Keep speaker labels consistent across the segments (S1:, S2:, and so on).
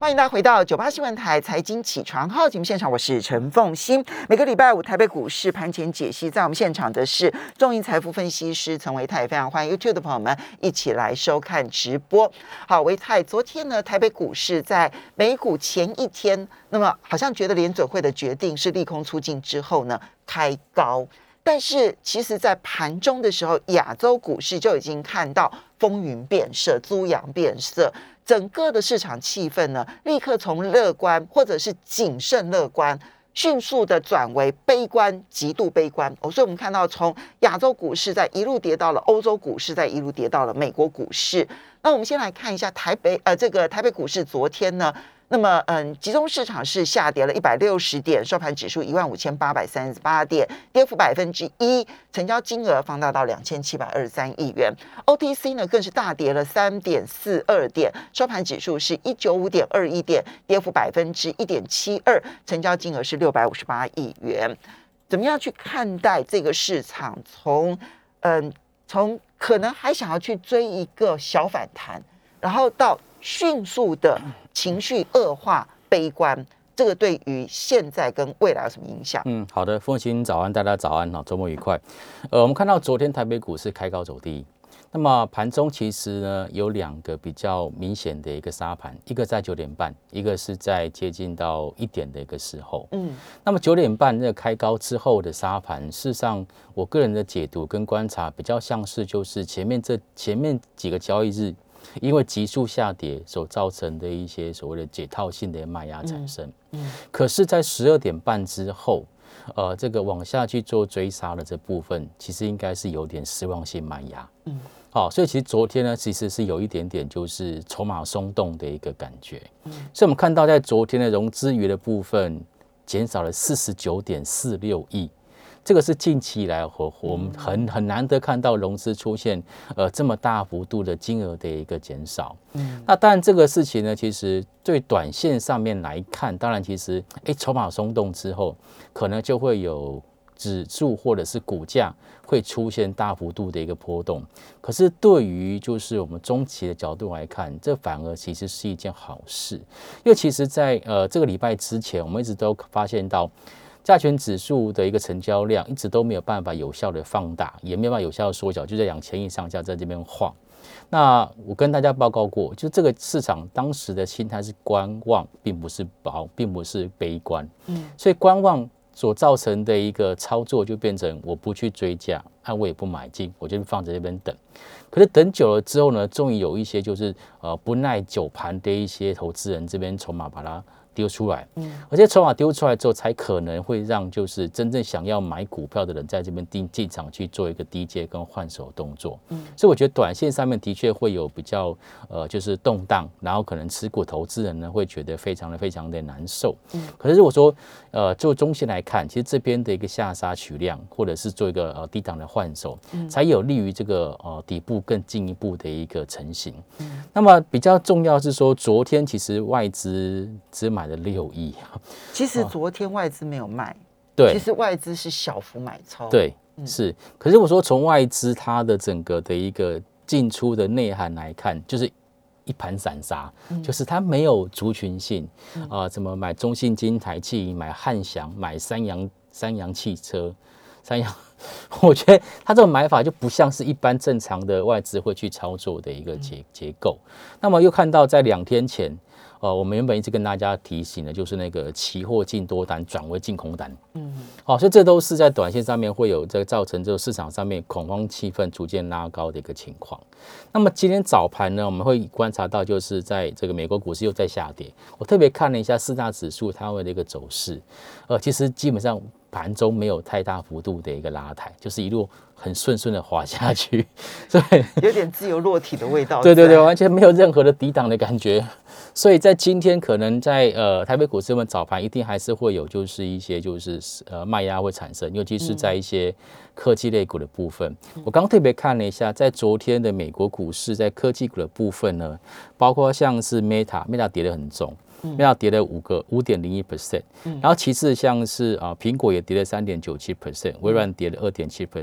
S1: 欢迎大家回到98新闻台财经起床号节目现场，我是陈凤馨。每个礼拜五台北股市盘前解析，在我们现场的是众盈财富分析师陈维泰，非常欢迎 YouTube 的朋友们一起来收看直播。好，维泰，昨天呢，台北股市在美股前一天，那么好像觉得联准会的决定是利空出尽之后呢，开高。但是其实在盘中的时候，亚洲股市就已经看到风云变色，猪羊变色，整个的市场气氛呢，立刻从乐观或者是谨慎乐观，迅速的转为悲观，极度悲观。所以我们看到从亚洲股市在一路跌到了欧洲股市，在一路跌到了美国股市。那我们先来看一下台北股市昨天呢，那么集中市场是下跌了160点，收盘指数15838点，跌幅1%，成交金额放大到2723亿元。OTC 呢更是大跌了3.42点，收盘指数是195.21点，跌幅1.72%，成交金额是658亿元。怎么样去看待这个市场？从可能还想要去追一个小反弹，然后到迅速的情绪恶化、悲观，这个对于现在跟未来有什么影响？
S2: 好的，凤馨早安，大家早安，周末愉快。我们看到昨天台北股市开高走低，那么盘中其实呢有两个比较明显的一个杀盘，一个在9点半，一个是在接近到1点的一个时候。那么9点半那个开高之后的杀盘，事实上我个人的解读跟观察比较像是就是前面几个交易日，因为急速下跌所造成的一些所谓的解套性的卖压产生。可是，在12点半之后，这个往下去做追杀的这部分，其实应该是有点失望性卖压。好，所以其实昨天呢，其实是有一点点就是筹码松动的一个感觉。所以我们看到在昨天的融资余的部分减少了49.46亿。这个是近期以来我们很难得看到融资出现这么大幅度的金额的一个减少。那当然这个事情呢，其实对短线上面来看，当然其实筹码松动之后，可能就会有指数或者是股价会出现大幅度的一个波动。可是对于就是我们中期的角度来看，这反而其实是一件好事，因为其实在这个礼拜之前，我们一直都发现到加权指数的一个成交量一直都没有办法有效的放大，也没有办法有效的缩小，就在2000亿上下在这边晃。那我跟大家报告过，就这个市场当时的心态是观望，并不是悲观。所以观望所造成的一个操作就变成我不去追价，我也不买进，我就放在这边等。可是等久了之后呢，终于有一些就是不耐久盘的一些投资人这边筹码把它丢出来，而且筹码丢出来之后，才可能会让就是真正想要买股票的人在这边进场去做一个低接跟换手动作。所以我觉得短线上面的确会有比较就是动荡，然后可能持股投资人呢会觉得非常的难受。可是如果说就中线来看，其实这边的一个下杀取量，或者是做一个低档的换手，才有利于这个底部更进一步的一个成型。那么比较重要是说，昨天其实外资只买了6亿。
S1: 其实昨天外资没有卖，
S2: 对，
S1: 其实外资是小幅买超。
S2: 对，是。可是我说从外资它的整个的一个进出的内涵来看，就是一盘散沙，就是它没有族群性怎么买中信金、台企、买汉翔、买三洋汽车、我觉得它这种买法就不像是一般正常的外资会去操作的一个结构。那么又看到在2天前，我们原本一直跟大家提醒的，就是那个期货净多单转为净空单。所以这都是在短线上面会有这个造成这个市场上面恐慌气氛逐渐拉高的一个情况。那么今天早盘呢，我们会观察到就是在这个美国股市又在下跌。我特别看了一下4大指数它们的一个走势，其实基本上盘中没有太大幅度的一个拉抬，就是一路很顺的滑下去，所以
S1: 有点自由落体的味道。
S2: 对，完全没有任何的抵挡的感觉。所以在今天可能在台北股市们早盘一定还是会有就是一些就是卖压会产生，尤其是在一些科技类股的部分。我刚特别看了一下，在昨天的美国股市在科技股的部分呢，包括像是 Meta 跌得很重。Meta 跌了5.01%，然后其次像是苹果也跌了3.97%，微软跌了2.7%，Google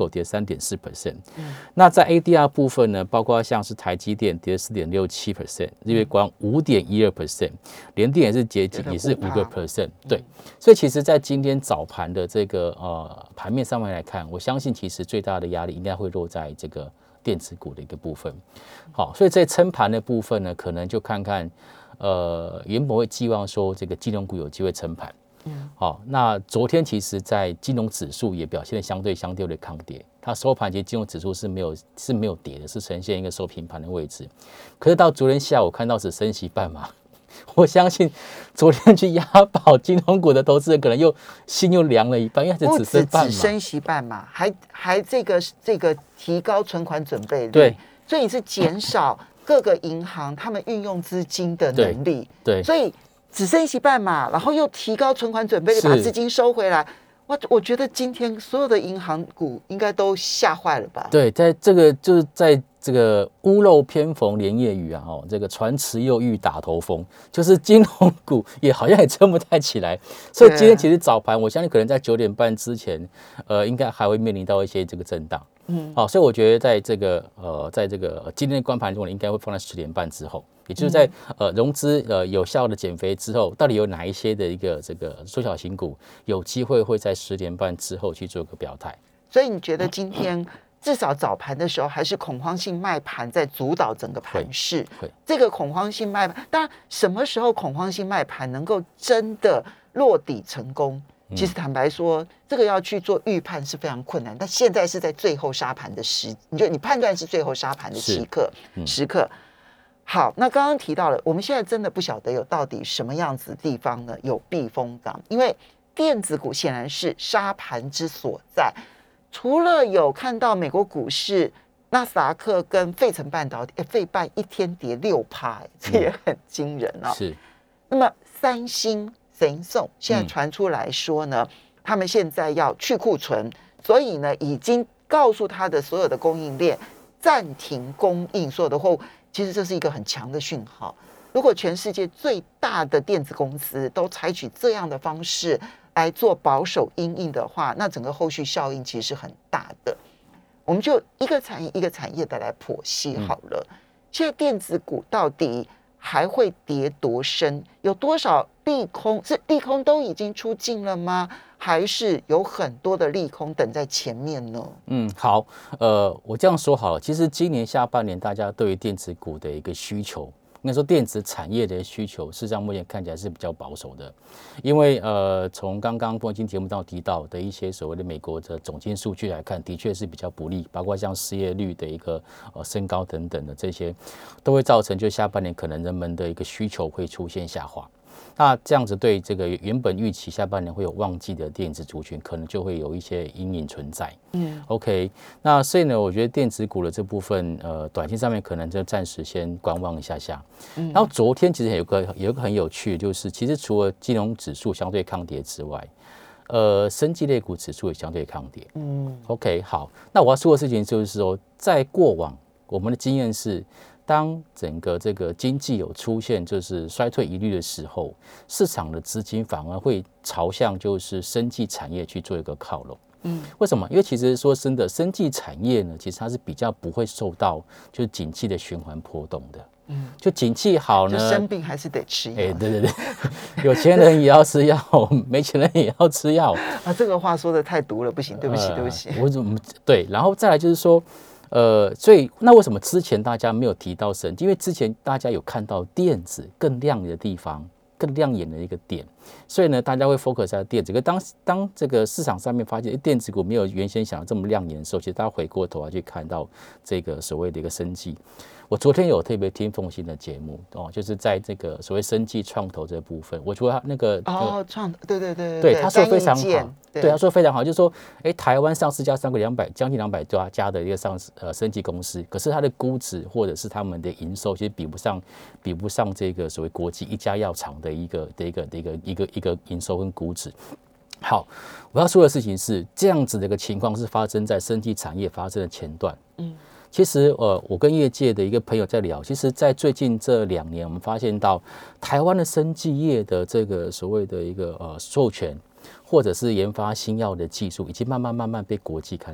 S2: Google 跌3.4%。那在 ADR 部分呢，包括像是台积电跌4.67%，日月光5.12%，联电也是接近，也是5%。对，所以其实，在今天早盘的这个盘面上面来看，我相信其实最大的压力应该会落在这个电子股的一个部分。好，所以在撑盘的部分呢，可能就看看原本会寄望说这个金融股有机会撑盘。好，那昨天其实，在金融指数也表现得相对的抗跌，它收盘其实金融指数是没有跌的，是呈现一个收平盘的位置。可是到昨天下午看到只升息半码，我相信昨天去押宝金融股的投资人可能心又凉了一半，因为它只升半码，
S1: 只升息半码，还这个提高存款准备率，
S2: 对，
S1: 所以你是减少各个银行他们运用资金的能力，
S2: 对，
S1: 所以只升息半码，然后又提高存款准备率，把资金收回来。我觉得今天所有的银行股应该都吓坏了吧？
S2: 对，在这个就是在这个屋漏偏逢连夜雨啊，这个船迟又遇打头风，就是金融股也好像也撑不太起来，所以今天其实早盘我相信可能在9点半之前，应该还会面临到一些这个震荡。好，所以我觉得在这个今天的关盘中，应该会放在10点半之后，也就是在融资有效的减肥之后，到底有哪一些的一个这个中小型股有机会会在10点半之后去做个表态？
S1: 所以你觉得今天至少早盘的时候，还是恐慌性卖盘在主导整个盘势？这个恐慌性卖盘，当然什么时候恐慌性卖盘能够真的落底成功？其实坦白说，这个要去做预判是非常困难。但现在是在最后杀盘的你判断是最后杀盘的时刻。好，那刚刚提到了，我们现在真的不晓得有到底什么样子的地方呢有避风港，因为电子股显然是杀盘之所在。除了有看到美国股市纳斯达克跟费城半导体，费半一天跌6%，这也很惊人啊。
S2: 是。
S1: 那么三星Samsung 现在传出来说呢，他们现在要去库存，所以呢，已经告诉他的所有的供应链暂停供应所有的货物。其实这是一个很强的讯号。如果全世界最大的电子公司都采取这样的方式来做保守因应的话，那整个后续效应其实是很大的。我们就一个产业一个产业的来剖析好了。现在电子股到底还会跌多深？有多少利空？是利空都已经出尽了吗？还是有很多的利空等在前面呢？
S2: 好，我这样说好了，其实今年下半年大家对于电子股的一个需求，应该说电子产业的需求，事实上目前看起来是比较保守的，因为从刚刚播音节目上提到的一些所谓的美国的总经数据来看，的确是比较不利，包括像失业率的一个升高等等的这些，都会造成就下半年可能人们的一个需求会出现下滑。那这样子对这个原本预期下半年会有旺季的电子族群，可能就会有一些阴影存在。OK， 那所以呢，我觉得电子股的这部分，短期上面可能就暂时先观望一下。然后昨天其实有一个很有趣的，就是其实除了金融指数相对抗跌之外，生技类股指数也相对抗跌。OK， 好，那我要说的事情就是说，在过往我们的经验是，当整个这个经济有出现就是衰退疑虑的时候，市场的资金反而会朝向就是生技产业去做一个靠拢。为什么？因为其实说真的，生技产业呢，其实它是比较不会受到就是景气的循环波动的。就景气好呢，
S1: 就生病还是得吃药。
S2: 对，有钱人也要吃药，没钱人也要吃药
S1: 啊。这个话说的太毒了，不行，对不起。
S2: 我怎么对？然后再来就是说。所以那为什么之前大家没有提到生技？因为之前大家有看到电子更亮眼的地方，更亮眼的一个点，所以呢，大家会 focus 在电子。可当这个市场上面发现电子股没有原先想的这么亮眼的时候，其实大家回过头来去看到这个所谓的一个生技。我昨天有特别听凤馨的节目就是在这个所谓生技创投这部分，我觉得他那个对他说非常好，对他说非常好，就是说，台湾上市将近200多家的一个生技公司，可是它的估值或者是他们的营收，其实比不上这个所谓国际一家药厂的一个营收跟估值。好，我要说的事情是，这样子的一个情况是发生在生技产业发生的前段。其实我跟业界的一个朋友在聊，其实在最近这2年，我们发现到台湾的生技业的这个所谓的一个授权，或者是研发新药的技术，已经慢慢被国际看到。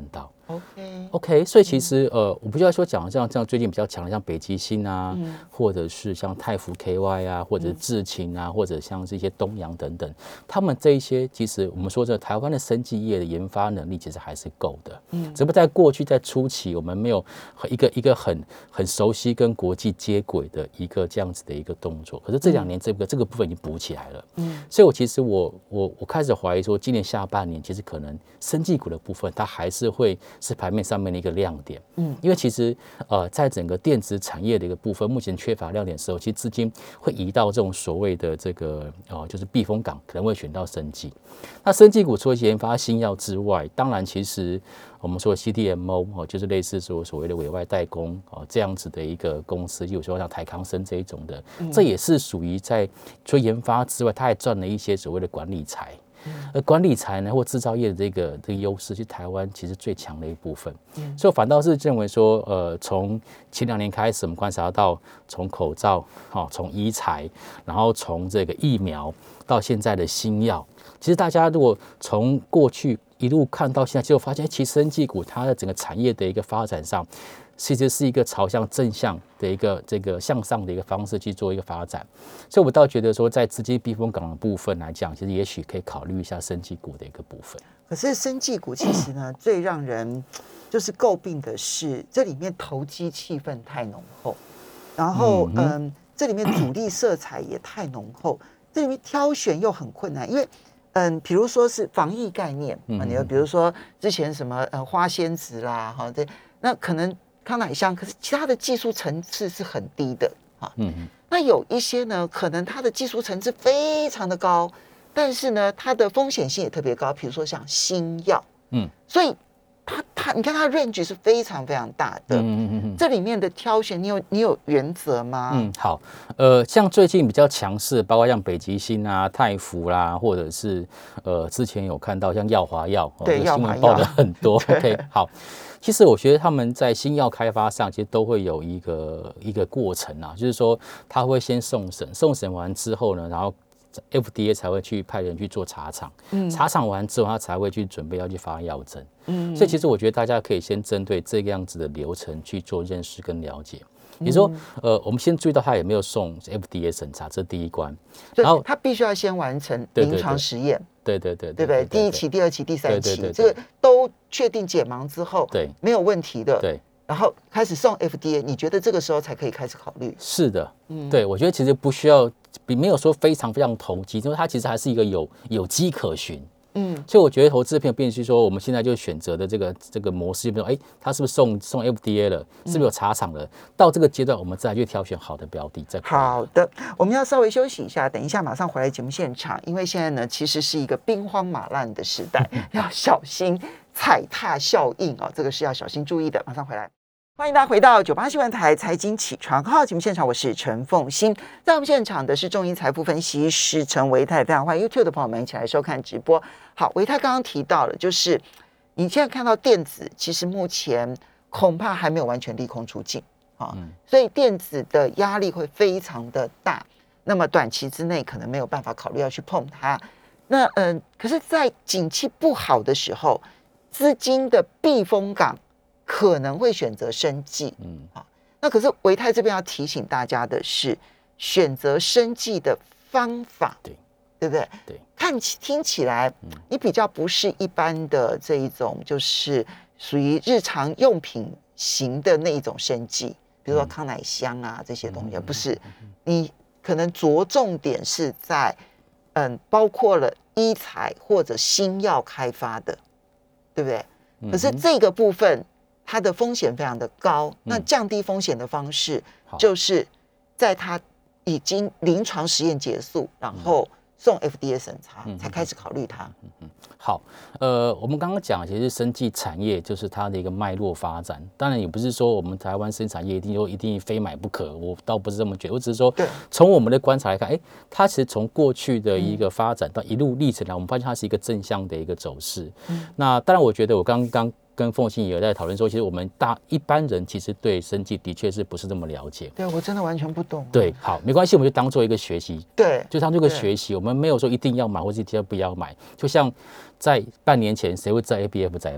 S2: OK， 所以其实我不需要说讲这样最近比较强的，像北极星啊，或者是像泰福 KY 啊，或者是智勤啊，或者像这些东洋等等，他们这一些其实我们说这台湾的生技业的研发能力其实还是够的，只不过在过去在初期我们没有一个很熟悉跟国际接轨的一个这样子的一个动作，可是这2年这个部分已经补起来了，所以我其实我开始怀疑说，今年下半年其实可能生技股的部分它还是会是盘面上面的一个亮点，因为其实在整个电子产业的一个部分，目前缺乏亮点的时候，其实资金会移到这种所谓的这个就是避风港，可能会选到生技。那生技股除了研发新药之外，当然其实我们说 CDMO 就是类似说所谓的委外代工这样子的一个公司，比如说像台康生这一种的，这也是属于在除了研发之外，它还赚了一些所谓的管理财。而管理财呢，或制造业的这个优势，是台湾其实最强的一部分。所以反倒是认为说，从前2年开始，我们观察到从口罩，从医材，然后从这个疫苗到现在的新药，其实大家如果从过去一路看到现在，就发现其实生技股它的整个产业的一个发展上，其实是一个朝向正向的一个这个向上的一个方式去做一个发展，所以我倒觉得说，在资金避风港的部分来讲，其实也许可以考虑一下生技股的一个部分。
S1: 可是生技股其实呢，最让人就是诟病的是，这里面投机气氛太浓厚，然后这里面主力色彩也太浓厚，这里面挑选又很困难，因为比如说是防疫概念你比如说之前什么花仙子啦，对，那可能康乃香，可是其他的技术层次是很低的那有一些呢，可能它的技术层次非常的高，但是呢，它的风险性也特别高，比如说像新药，所以你看它 range 是非常非常大的，这里面的挑选，你有原则吗？
S2: 好，像最近比较强势，包括像北极星啊、泰福啦，或者是之前有看到像耀华药，
S1: 对，
S2: 新闻报的很多。OK， 好。其实我觉得他们在新药开发上，其实都会有一个过程啊，就是说他会先送审完之后呢，然后 FDA 才会去派人去做查厂，查厂完之后，他才会去准备要去发药证。所以其实我觉得大家可以先针对这个样子的流程去做认识跟了解。你说，我们先注意到他有没有送 FDA 审查，这是第一关。
S1: 然后他必须要先完成临床实验，
S2: 对不
S1: 对？第1期、第2期、第3期，这个都确定解盲之后，对，没有问题的，
S2: 对。
S1: 然后开始送 FDA， 你觉得这个时候才可以开始考虑？
S2: 是的，对，我觉得其实不需要，没有说非常非常投机，因为它其实还是一个有迹可循。所以我觉得投资片必须说，我们现在就选择的这个模式，比如说，它是不是送 FDA 了，是不是有查厂了？到这个阶段，我们再来去挑选好的标的。
S1: 好的，我们要稍微休息一下，等一下马上回来节目现场，因为现在呢，其实是一个兵荒马乱的时代，要小心踩踏效应这个是要小心注意的。马上回来。欢迎大家回到98新闻台财经起床号节目现场，我是陈凤馨。在我们现场的是众银财富分析师陈维泰，非常欢迎 YouTube 的朋友们一起来收看直播。好，维泰刚刚提到了，就是你现在看到电子，其实目前恐怕还没有完全利空出尽所以电子的压力会非常的大。那么短期之内可能没有办法考虑要去碰它。那可是，在景气不好的时候，资金的避风港可能会选择生技，那可是维泰这边要提醒大家的是，选择生技的方法，对不对？对，听起来，你比较不是一般的这一种，就是属于日常用品型的那一种生技，比如说康乃香啊这些东西，不是，你可能着重点是在，包括了医材或者新药开发的，对不对？可是这个部分，它的风险非常的高，那降低风险的方式就是在它已经临床实验结束，然后送 FDA 审查才开始考虑它。
S2: 好，我们刚刚讲，其实生技产业就是它的一个脉络发展。当然，也不是说我们台湾生产业一定非买不可，我倒不是这么觉得。我只是说，从我们的观察来看，它其实从过去的一个发展到一路历程来，我们发现它是一个正向的一个走势。那当然，我觉得我刚刚跟凤馨也有在讨论说，其实我们一般人其实对生技的确是不是这么了解？
S1: 对，我真的完全不懂。
S2: 对，好，没关系，我们就当做一个学习。
S1: 对，
S2: 就当做一个学习，我们没有说一定要买或者一定不要买。就像在半年前，谁会知道 ABF 再版？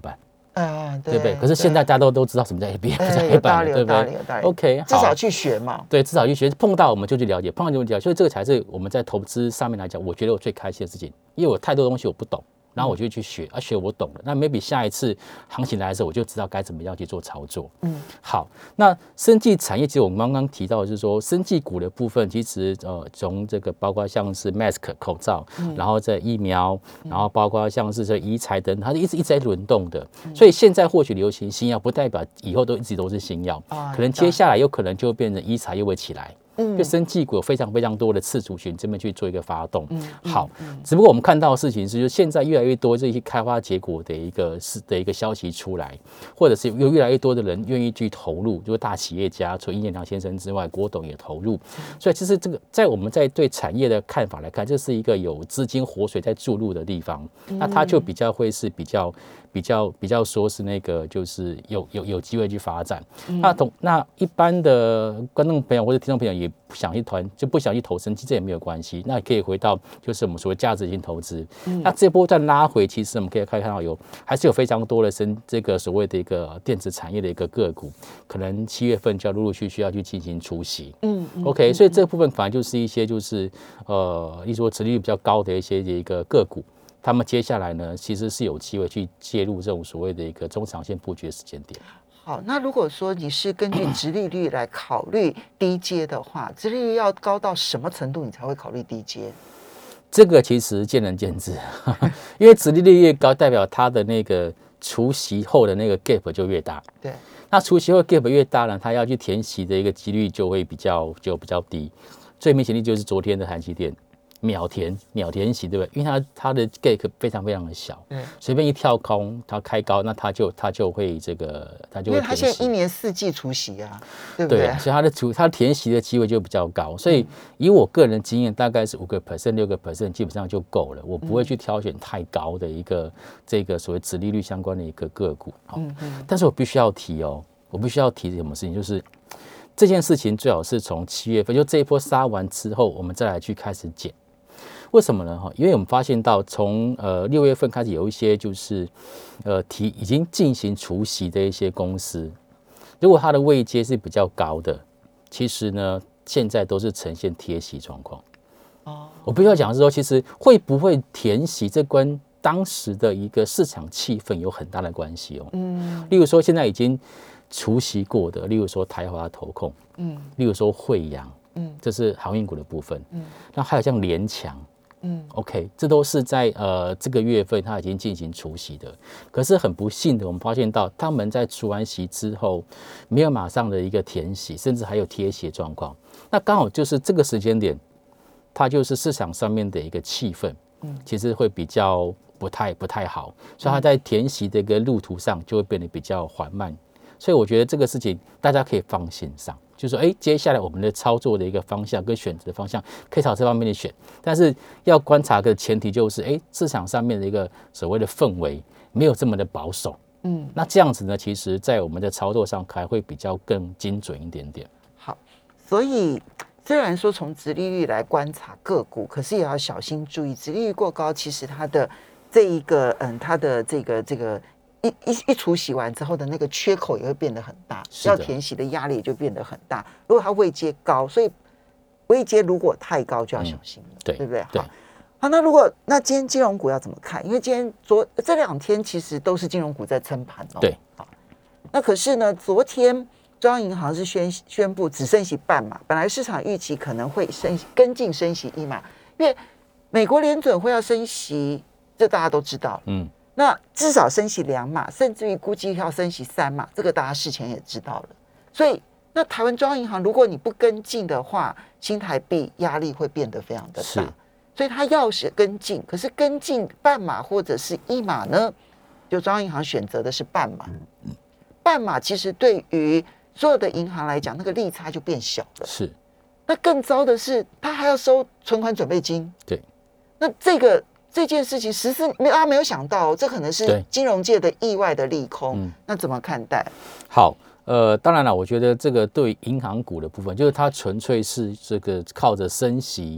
S2: 对不对？可是现在大家都知道什么叫 ABF 在黑板了，对不对？OK，
S1: 至少去学嘛。
S2: 对，至少去学，碰到我们就去了解，碰到就了解，所以这个才是我们在投资上面来讲，我觉得我最开心的事情，因为我太多东西我不懂。然后我就去学，学我懂了。那 maybe 下一次行情来的时候，我就知道该怎么样去做操作。好，那生技产业，其实我们刚刚提到的是说，生技股的部分，其实从这个包括像是 mask 口罩，然后这疫苗，然后包括像是这医材等，它是一直在轮动的。所以现在或许流行新药，不代表以后一直都是新药，可能接下来有可能就变成医材又会起来。就生技股有非常非常多的次族群这边去做一个发动。好，只不过我们看到的事情是，就现在越来越多这些开发结果的一个消息出来，或者是有越来越多的人愿意去投入，就是大企业家，除了殷建良先生之外，郭董也投入。所以其实这个在我们在对产业的看法来看，这是一个有资金活水在注入的地方，那它就比较会是比较说是那个就是有机会去发展。那一般的观众朋友或者听众朋友也不想去投生技，这也没有关系。那也可以回到就是我们所谓价值型投资。那这波再拉回，其实我们可以看到还是有非常多的这个所谓的一个电子产业的一个个股，可能7月份就要陆陆续续要去进行除息。OK， 所以这部分反而就是一些就是例如说殖利率比较高的一个个股。他们接下来呢，其实是有机会去介入这种所谓的一个中长线布局的时间点。
S1: 好，那如果说你是根据殖利率来考虑低阶的话，殖利率要高到什么程度你才会考虑低阶？
S2: 这个其实见仁见智，因为殖利率越高，代表它的那个除息后的那个 gap 就越大。
S1: 对，那
S2: 除息后 gap 越大呢，它要去填息的一个几率就会比较低。最明显的就是昨天的台积电。秒填息，对不对？因为它的 gap 非常非常的小，随便一跳空，它开高，那它就会这个，它就会填息。因为
S1: 它现在1年4季除息啊，对不对？
S2: 对，所以它填息的机会就比较高。所以以我个人经验，大概是5%、6%，基本上就够了。我不会去挑选太高的一个这个所谓殖利率相关的一个个股。但是我必须要提什么事情，就是这件事情最好是从7月份，就这一波杀完之后，我们再来去开始减。为什么呢？因为我们发现到从6月份开始有一些就是已经进行除息的一些公司，如果它的位阶是比较高的，其实呢现在都是呈现贴息状况。我必须要讲的是说，其实会不会填息，这跟当时的一个市场气氛有很大的关系哦。例如说现在已经除息过的，例如说台华投控，例如说慧洋，这是航运股的部分，那还有像联强。OK， 这都是在这个月份它已经进行除息的，可是很不幸的，我们发现到他们在除完息之后，没有马上的一个填息，甚至还有贴息的状况。那刚好就是这个时间点，它就是市场上面的一个气氛，其实会比较不太好，所以它在填息的一个路途上就会变得比较缓慢。所以我觉得这个事情大家可以放心上。就是说，接下来我们的操作的一个方向跟选择的方向，可以朝这方面的选，但是要观察的前提就是，市场上面的一个所谓的氛围没有这么的保守，那这样子呢，其实在我们的操作上还会比较更精准一点点。
S1: 好，所以虽然说从殖利率来观察个股，可是也要小心注意，殖利率过高，其实它的这一个，它的这个。一除息完之后的那个缺口也会变得很大，要填息的压力也就变得很大。如果它位阶高，所以位阶如果太高就要小心了，对不对？好，那今天金融股要怎么看？因为今天这2天其实都是金融股在撑盘哦。
S2: 对，
S1: 好，那可是呢，昨天中央银行是宣布只升息半码，本来市场预期可能会跟进升息1码，因为美国联准会要升息，这大家都知道，那至少升息2码，甚至于估计要升息3码，这个大家事前也知道了。所以，那台湾中央银行如果你不跟进的话，新台币压力会变得非常的大。所以它要是跟进，可是跟进半码或者是1码呢，就中央银行选择的是半码。半码其实对于所有的银行来讲，那个利差就变小了。
S2: 是。
S1: 那更糟的是，它还要收存款准备金。
S2: 对。
S1: 那这件事情大家没有想到，这可能是金融界的意外的利空。那怎么看待？
S2: 好，当然了，我觉得这个对银行股的部分，就是它纯粹是这个靠着升息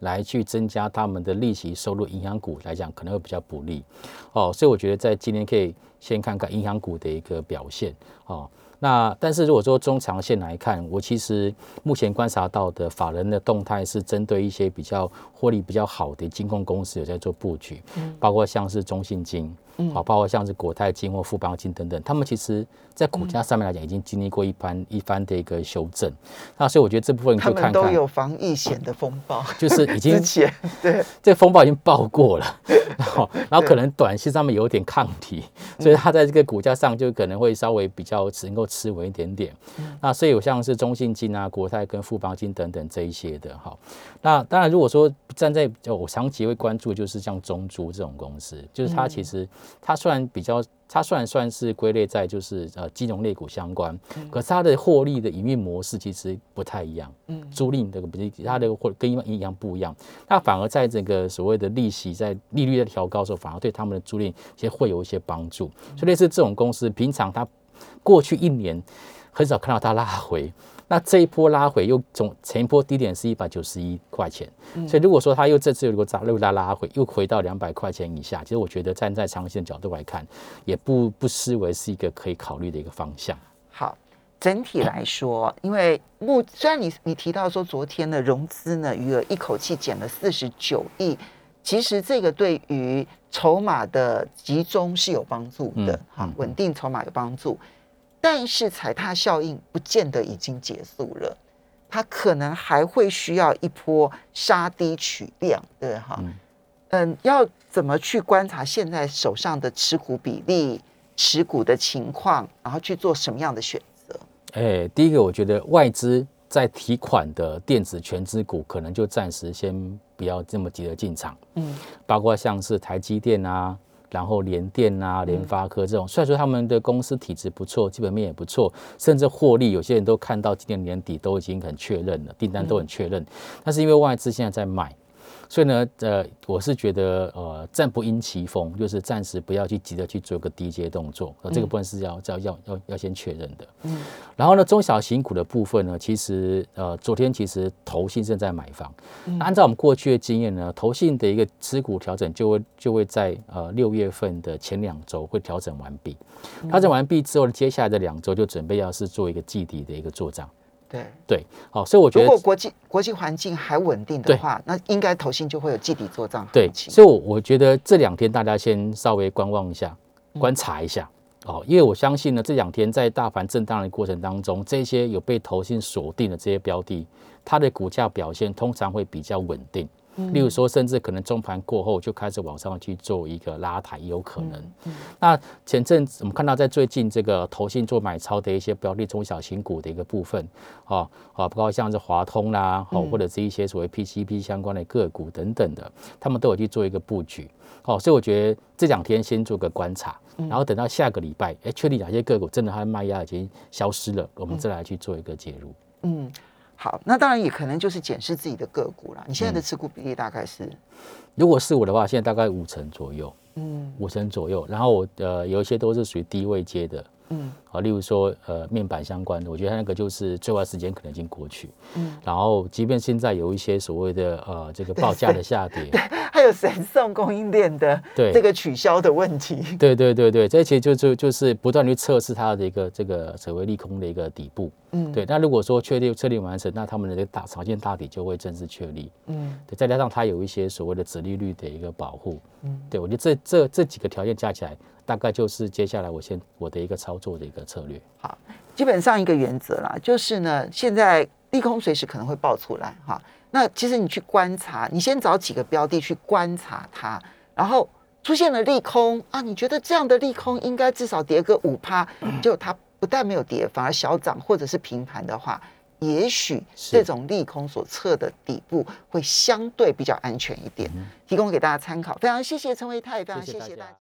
S2: 来去增加他们的利息收入，银行股来讲可能会比较不利哦，所以我觉得在今天可以先看看银行股的一个表现哦。那但是如果说中长线来看，我其实目前观察到的法人的动态是针对一些比较获利比较好的金控公司有在做布局，包括像是中信金，包括像是国泰金或富邦金等等，他们其实在股价上面来讲已经经历过一番的一个修正，那所以我觉得这部分就看看
S1: 他们都有防疫险的风暴，
S2: 就是已经
S1: 之前对
S2: 这个风暴已经爆过了，然后可能短线上面有点抗体，所以它在这个股价上就可能会稍微比较能够吃稳一点点。那所以有像是中信金啊、国泰跟富邦金等等这一些的，好，那当然如果说站在我长期会关注，就是像中租这种公司，就是它其实它虽然算是归类在就是金融类股相关，可是它的获利的营运模式其实不太一样。租赁这个它的跟银行不一样，它反而在这个所谓的利息在利率在调高的时候，反而对他们的租赁其实会有一些帮助。所以类似这种公司，平常它过去一年很少看到它拉回。那这一波拉回又前一波低点是191块钱，所以如果说它又这次如果拉回又回到200块钱以下，其实我觉得站在长线角度来看，也不失为是一个可以考虑的一个方向。
S1: 好，整体来说，因为虽然你提到说昨天的融资呢余额一口气减了49亿，其实这个对于筹码的集中是有帮助的，稳定筹码有帮助。但是踩踏效应不见得已经结束了，它可能还会需要一波杀低取量，对哈？要怎么去观察现在手上的持股比例、持股的情况，然后去做什么样的选择？
S2: 第一个我觉得外资在提款的电子全资股，可能就暂时先不要这么急着进场，包括像是台积电啊。然后联电啊、联发科这种，虽然说他们的公司体质不错，基本面也不错，甚至获利，有些人都看到今年年底都已经很确认了，订单都很确认，但是因为外资现在在卖。所以呢，我是觉得，暂不因其风，就是暂时不要去急着去做一个低阶动作，这个部分是要先确认的。然后呢，中小型股的部分呢，其实昨天其实投信正在买房。按照我们过去的经验呢，投信的一个持股调整就会在6月份的前2周会调整完毕。调整完毕之后，接下来的2周就准备要是做一个季底的一个做账。对，好，所以我觉得，
S1: 如果国际环境还稳定的话，那应该投信就会有季底做账行情。
S2: 对，所以我觉得这2天大家先稍微观望一下，观察一下因为我相信呢，这2天在大盘震荡的过程当中，这些有被投信锁定的这些标的，它的股价表现通常会比较稳定。例如说，甚至可能中盘过后就开始往上去做一个拉抬，也有可能。那前阵子我们看到，在最近这个投信做买超的一些标的中小型股的一个部分，包括像是华通啦，或者是一些所谓 PCB 相关的个股等等的，他们都有去做一个布局。所以我觉得这2天先做个观察，然后等到下个礼拜，确定哪些个股真的它的卖压已经消失了，我们再来去做一个介入。
S1: 好，那当然也可能就是检视自己的个股啦。你现在的持股比例大概是？
S2: 如果是我的话，现在大概50%左右，50%左右。然后我有一些都是属于低位接的，例如说面板相关的，我觉得那个就是最坏时间可能已经过去，然后即便现在有一些所谓的这个报价的下跌，
S1: 还有神送供应链的这个取消的问题，
S2: 对，这其实就是不断去测试它的一个这个所谓利空的一个底部，对。那如果说确定完成，那他们的这个长线大底就会正式确立，对。再加上它有一些所谓的殖利率的一个保护，对，我觉得这几个条件加起来，大概就是接下来我的一个操作的一个策略。
S1: 好，基本上一个原则啦，就是呢，现在利空随时可能会爆出来哈。那其实你去观察，你先找几个标的去观察它，然后出现了利空啊，你觉得这样的利空应该至少跌个5%，结果它不但没有跌，反而小涨或者是平盘的话，也许这种利空所测的底部会相对比较安全一点，提供给大家参考。非常谢谢陈唯泰，非常谢谢大家。